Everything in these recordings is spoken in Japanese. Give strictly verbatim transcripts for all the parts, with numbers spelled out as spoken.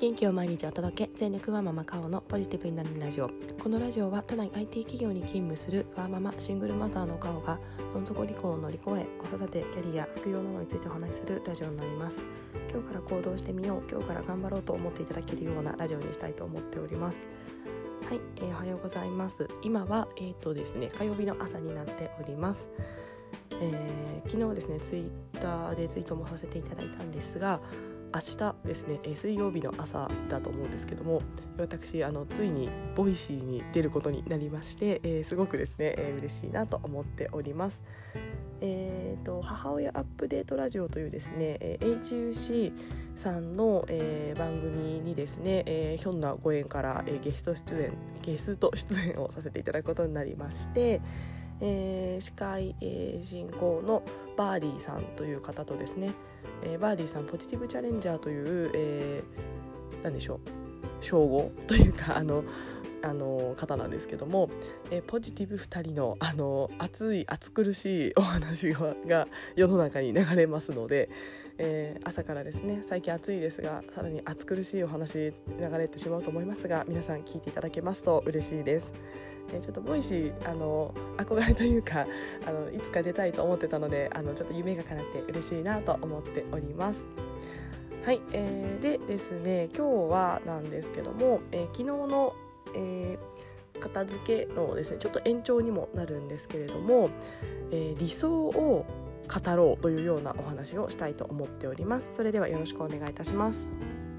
元気を毎日お届け、全力ワーママカオのポジティブになるラジオ。このラジオは都内 アイティー 企業に勤務するワーママシングルマザーのカオがどん底離婚を乗り越え、子育て、キャリア、副業などについてお話しするラジオになります。今日から行動してみよう、今日から頑張ろうと思っていただけるようなラジオにしたいと思っております。はい、えー、おはようございます。今は、えーとですね、火曜日の朝になっております。えー、昨日ですね、ツイッターでツイートもさせていただいたんですが、明日ですね、えー、水曜日の朝だと思うんですけども、私あのついにボイシーに出ることになりまして、えー、すごくですね、えー、嬉しいなと思っております。えーと、母親アップデートラジオというですね、えー、エイチユーシー さんの、えー、番組にですね、えー、ひょんなご縁から、えー、ゲスト出演ゲスト出演をさせていただくことになりまして、えー、司会、えー、進行のバーディーさんという方とですね、えー、バーディーさんポジティブチャレンジャーという、えー、なんでしょう、称号というかあのあの方なんですけども、えー、ポジティブふたりの、あの熱い熱苦しいお話が、が世の中に流れますので、えー、朝からですね、最近暑いですがさらに暑苦しいお話流れてしまうと思いますが、皆さん聞いていただけますと嬉しいです。えー、ちょっとボイシーあの憧れというか、あのいつか出たいと思ってたので、あのちょっと夢が叶って嬉しいなと思っております。はい、えー、でですね、今日はなんですけども、えー、昨日の、えー、片付けのですね、ちょっと延長にもなるんですけれども、えー、理想を語ろうというようなお話をしたいと思っております。それではよろしくお願いいたします。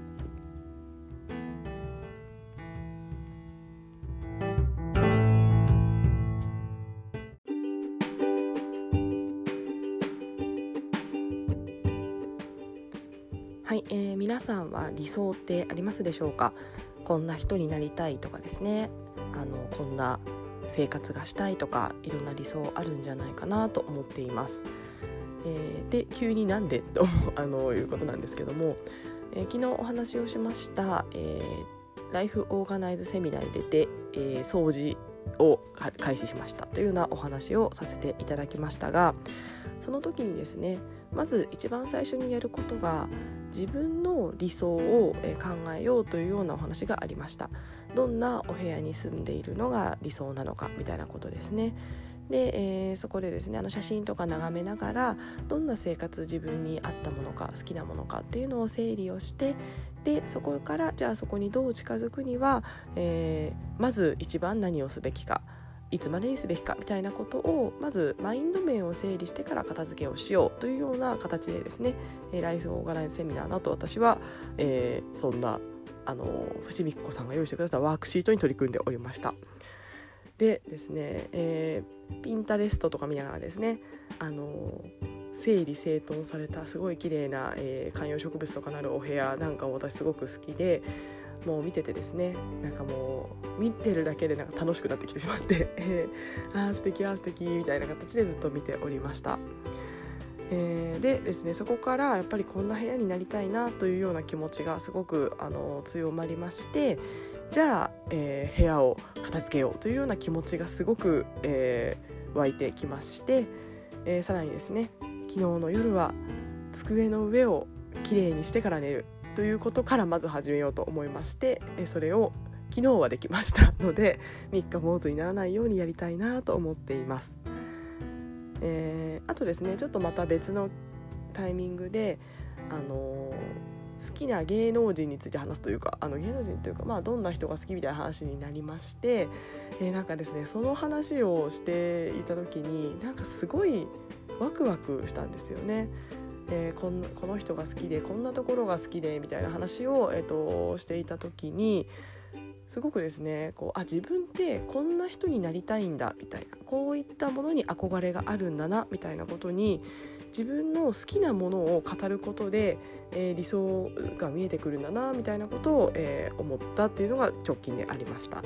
はい、えー、皆さんは理想ってありますでしょうか？こんな人になりたいとかですね、あのこんな生活がしたいとか、いろんな理想あるんじゃないかなと思っています。えー、で急になんでとあのいうことなんですけども、えー、昨日お話をしました、えー、ライフオーガナイズセミナーに出て、えー、掃除を開始しましたというようなお話をさせていただきましたが、その時にですね、まず一番最初にやることが自分の理想を考えようというようなお話がありました。どんなお部屋に住んでいるのが理想なのかみたいなことですね。で、えー、そこでですね、あの写真とか眺めながら、どんな生活自分に合ったものか好きなものかっていうのを整理をして、でそこからじゃあそこにどう近づくには、えー、まず一番何をすべきか、いつまでにすべきかみたいなことをまずマインド面を整理してから片付けをしようというような形でですね、ライフオーガナイズセミナーだと私は、えー、そんなあの伏見子さんが用意してくださったワークシートに取り組んでおりました。でですね、えー、ピンタレストとか見ながらですね、あの整理整頓されたすごい綺麗な、えー、観葉植物とかなるお部屋なんかも私すごく好きで、もう見ててですね、なんかもう見てるだけでなんか楽しくなってきてしまって、えー、あー素敵あー素敵みたいな形でずっと見ておりました。えー、でですね、そこからやっぱりこんな部屋になりたいなというような気持ちがすごくあの強まりまして、じゃあ、えー、部屋を片付けようというような気持ちがすごく、えー、湧いてきまして、えー、さらにですね、昨日の夜は机の上をきれいにしてから寝るということからまず始めようと思いまして、それを昨日はできましたので、みっか坊主にならないようにやりたいなと思っています。えー、あとですね、ちょっとまた別のタイミングで、あのー、好きな芸能人について話すというか、あの芸能人というか、まあ、どんな人が好きみたいな話になりまして、えー、なんかですね、その話をしていた時になんかすごいワクワクしたんですよね。えー、こ, んこの人が好きでこんなところが好きでみたいな話を、えー、としていた時に、すごくですね、こうあ自分ってこんな人になりたいんだみたいな、こういったものに憧れがあるんだなみたいなことに、自分の好きなものを語ることで、えー、理想が見えてくるんだなみたいなことを、えー、思ったっていうのが直近でありました。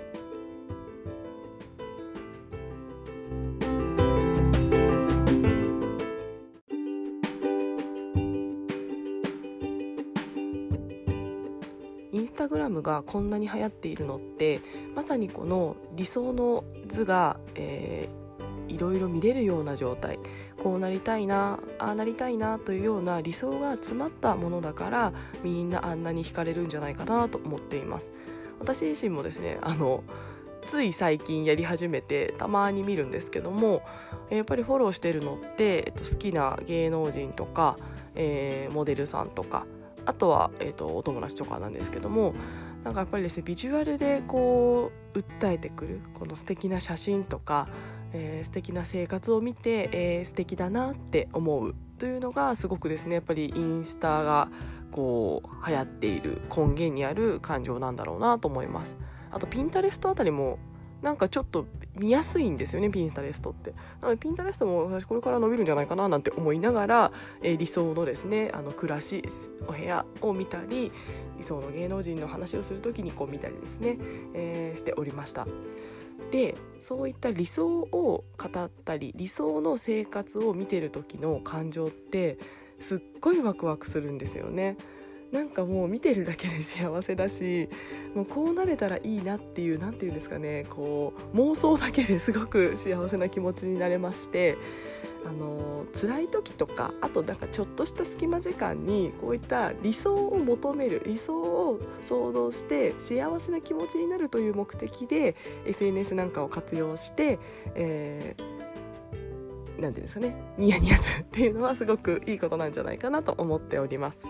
インスタグラムがこんなに流行っているのって、まさにこの理想の図が、えー、いろいろ見れるような状態、 こうなりたいな、ああなりたいなというような理想が詰まったものだからみんなあんなに惹かれるんじゃないかなと思っています。私自身もですね、あのつい最近やり始めてたまに見るんですけども、やっぱりフォローしているのって、えっと、好きな芸能人とか、えー、モデルさんとか、あとは、えっと、お友達とかなんですけども、なんかやっぱりですね、ビジュアルでこう訴えてくるこの素敵な写真とか、えー、素敵な生活を見て、えー、素敵だなって思うというのがすごくですね、やっぱりインスタがこう流行っている根源にある感情なんだろうなと思います。あとピンタレストあたりもなんかちょっと見やすいんですよね、ピンタレストって。なのでピンタレストも私これから伸びるんじゃないかななんて思いながら、えー、理想のですね、あの暮らし、お部屋を見たり、理想の芸能人の話をするときにこう見たりですね、えー、しておりました。で、そういった理想を語ったり理想の生活を見てる時の感情ってすっごいワクワクするんですよね。なんかもう見てるだけで幸せだし、もうこうなれたらいいなっていう、なんていうんですかね、こう妄想だけですごく幸せな気持ちになれまして、あの辛い時とか、あとなんかちょっとした隙間時間にこういった理想を求める、理想を想像して幸せな気持ちになるという目的で エスエヌエス なんかを活用して、えー、なんていうんですかね、ニヤニヤするっていうのはすごくいいことなんじゃないかなと思っております。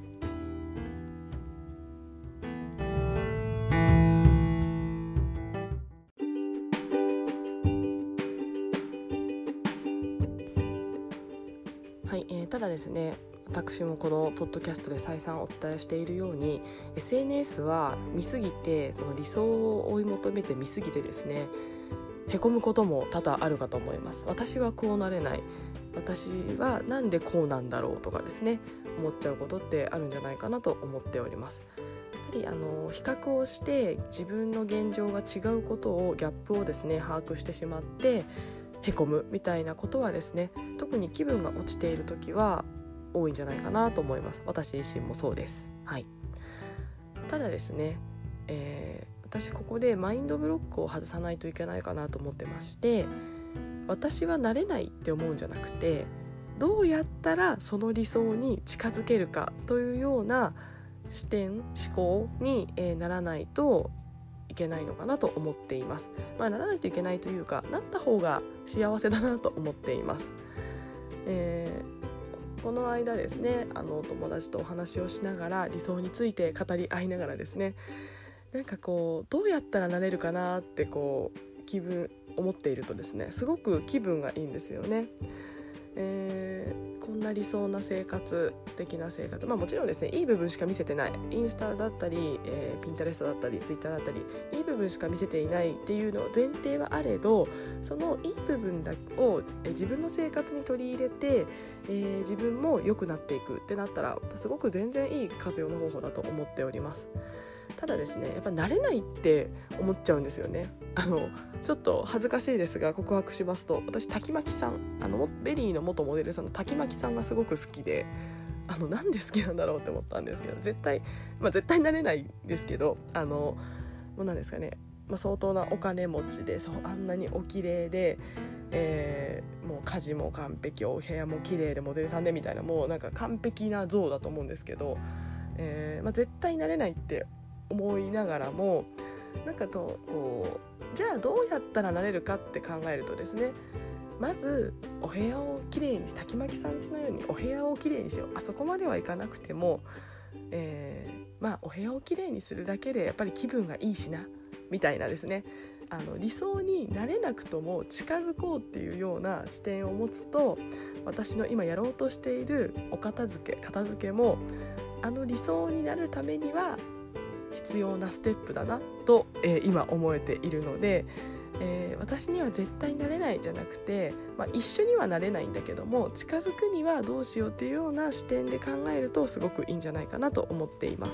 はい、えー、ただですね、私もこのポッドキャストで再三お伝えしているように エスエヌエス は見すぎて、その理想を追い求めて見すぎてですね、へこむことも多々あるかと思います。私はこうなれない、私はなんでこうなんだろうとかですね、思っちゃうことってあるんじゃないかなと思っております。やはりあの比較をして自分の現状が違うことを、ギャップをですね把握してしまってへこむみたいなことはですね、特に気分が落ちている時は多いんじゃないかなと思います。私自身もそうです。はい。ただですね、えー、私ここでマインドブロックを外さないといけないかなと思ってまして、私はなれないって思うんじゃなくて、どうやったらその理想に近づけるかというような視点、思考に、えー、ならないといけないのかなと思っています。まあ、ならないといけないというか、なった方が幸せだなと思っています。えー、この間ですね、あの友達とお話をしながら理想について語り合いながらですね、なんかこうどうやったらなれるかなってこう気分思っているとですね、すごく気分がいいんですよね。えー、こんな理想な生活、素敵な生活、まあもちろんですね、いい部分しか見せてない、インスタだったり、えー、ピンタレストだったりツイッターだったり、いい部分しか見せていないっていうの前提はあれど、そのいい部分だを、えー、自分の生活に取り入れて、えー、自分も良くなっていくってなったら、すごく全然いい活用の方法だと思っております。ただですね、やっぱ慣れないって思っちゃうんですよね。あのちょっと恥ずかしいですが告白しますと、私滝巻さん、あのベリーの元モデルさんの滝巻さんがすごく好きで、あのなんで好きなんだろうって思ったんですけど、絶対、まあ、絶対慣れないですけど、あのもうなんですかね、まあ、相当なお金持ちで、そうあんなにお綺麗で、えー、もう家事も完璧、お部屋も綺麗でモデルさんでみたいな、もうなんか完璧な像だと思うんですけど、えーまあ、絶対慣れないって思いながらも、なんかとこうじゃあどうやったらなれるかって考えるとですね、まずお部屋をきれいにし、滝巻さん家のようにお部屋をきれいにしよう。あそこまではいかなくても、えー、まあお部屋をきれいにするだけでやっぱり気分がいいしなみたいなですね、あの理想になれなくとも近づこうっていうような視点を持つと、私の今やろうとしているお片付け片付けも、あの理想になるためには必要なステップだなと、えー、今思えているので、えー、私には絶対なれないじゃなくて、まあ、一緒にはなれないんだけども、近づくにはどうしようっていうような視点で考えるとすごくいいんじゃないかなと思っています。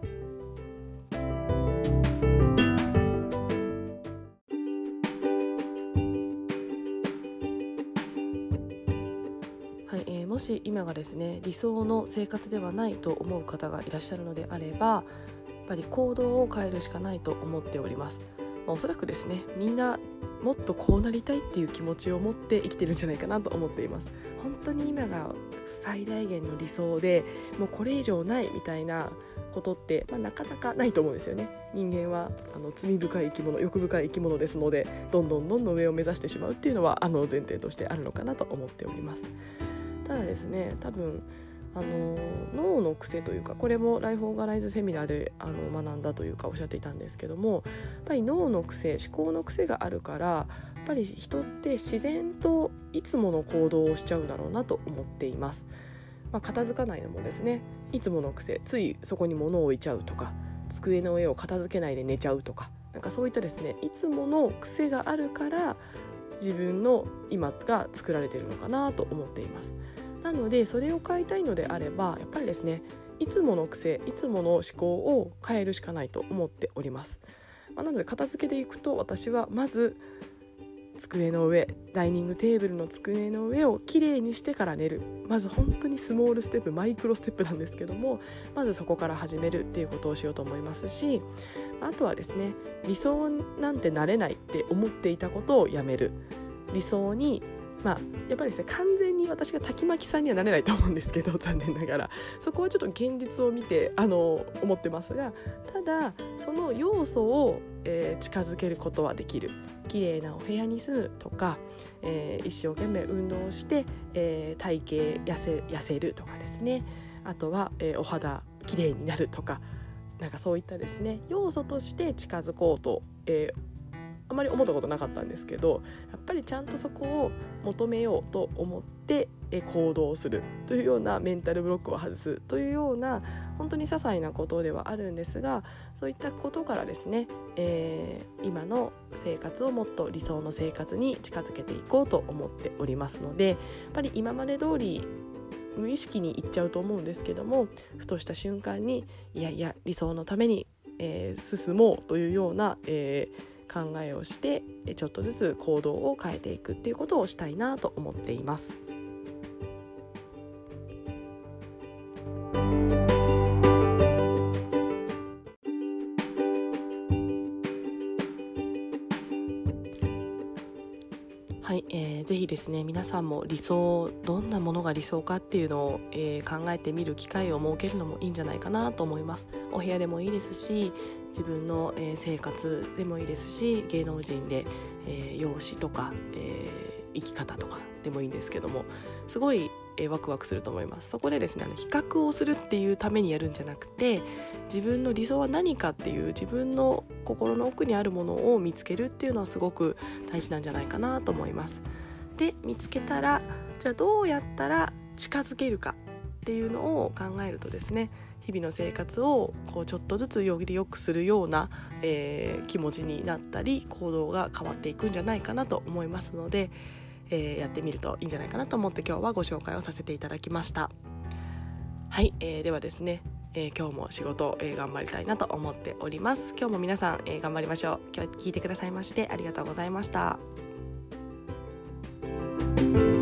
はい、えー、もし今がですね理想の生活ではないと思う方がいらっしゃるのであれば、やっぱり行動を変えるしかないと思っております。まあ、おそらくですね、みんなもっとこうなりたいっていう気持ちを持って生きてるんじゃないかなと思っています。本当に今が最大限の理想でもうこれ以上ないみたいなことって、まあ、なかなかないと思うんですよね。人間はあの罪深い生き物、欲深い生き物ですので、どんどんどんどん上を目指してしまうっていうのはあの前提としてあるのかなと思っております。ただですね、多分あの脳の癖というか、これもライフオーガナイズセミナーであの学んだというかおっしゃっていたんですけども、やっぱり脳の癖、思考の癖があるから、やっぱり人って自然といつもの行動をしちゃうんだろうなと思っています。まあ、片付かないのもですね、いつもの癖、ついそこに物を置いちゃうとか、机の上を片付けないで寝ちゃうとか、なんかそういったですね、いつもの癖があるから自分の今が作られているのかなと思っています。なのでそれを変えたいのであれば、やっぱりですね、いつもの癖、いつもの思考を変えるしかないと思っております。まあ、なので片付けでいくと、私はまず机の上、ダイニングテーブルの机の上をきれいにしてから寝る。まず本当にスモールステップ、マイクロステップなんですけども、まずそこから始めるっていうことをしようと思いますし、あとはですね、理想なんてなれないって思っていたことをやめる。理想にまあ、やっぱりですね、完全に私が滝巻さんにはなれないと思うんですけど、残念ながらそこはちょっと現実を見てあの思ってますが、ただその要素を、えー、近づけることはできる。綺麗なお部屋に住むとか、えー、一生懸命運動して、えー、体型痩せ、痩せるとかですね、あとは、えー、お肌綺麗になるとか、なんかそういったですね、要素として近づこうと、えーあまり思ったことなかったんですけど、やっぱりちゃんとそこを求めようと思って行動するというような、メンタルブロックを外すというような、本当に些細なことではあるんですが、そういったことからですね、えー、今の生活をもっと理想の生活に近づけていこうと思っておりますので、やっぱり今まで通り無意識にいっちゃうと思うんですけども、ふとした瞬間にいやいや理想のために、えー、進もうというような、えー考えをして、ちょっとずつ行動を変えていくっていうことをしたいなと思っています。はい、えー、ぜひですね、皆さんも理想、どんなものが理想かっていうのを、えー、考えてみる機会を設けるのもいいんじゃないかなと思います。お部屋でもいいですし、自分の、えー、生活でもいいですし、芸能人で、えー、容姿とか、えー、生き方とかでもいいんですけども、すごい、えー、ワクワクすると思います。そこでですね、あの比較をするっていうためにやるんじゃなくて、自分の理想は何かっていう自分の心の奥にあるものを見つけるっていうのはすごく大事なんじゃないかなと思います。で、見つけたら、じゃあどうやったら近づけるかっていうのを考えるとですね、日々の生活をこうちょっとずつより良くするような、えー、気持ちになったり、行動が変わっていくんじゃないかなと思いますので、えー、やってみるといいんじゃないかなと思って今日はご紹介をさせていただきました。はい、えー、ではですね、えー、今日も仕事、えー、頑張りたいなと思っております。今日も皆さん、えー、頑張りましょう。今日聞いてくださいましてありがとうございました。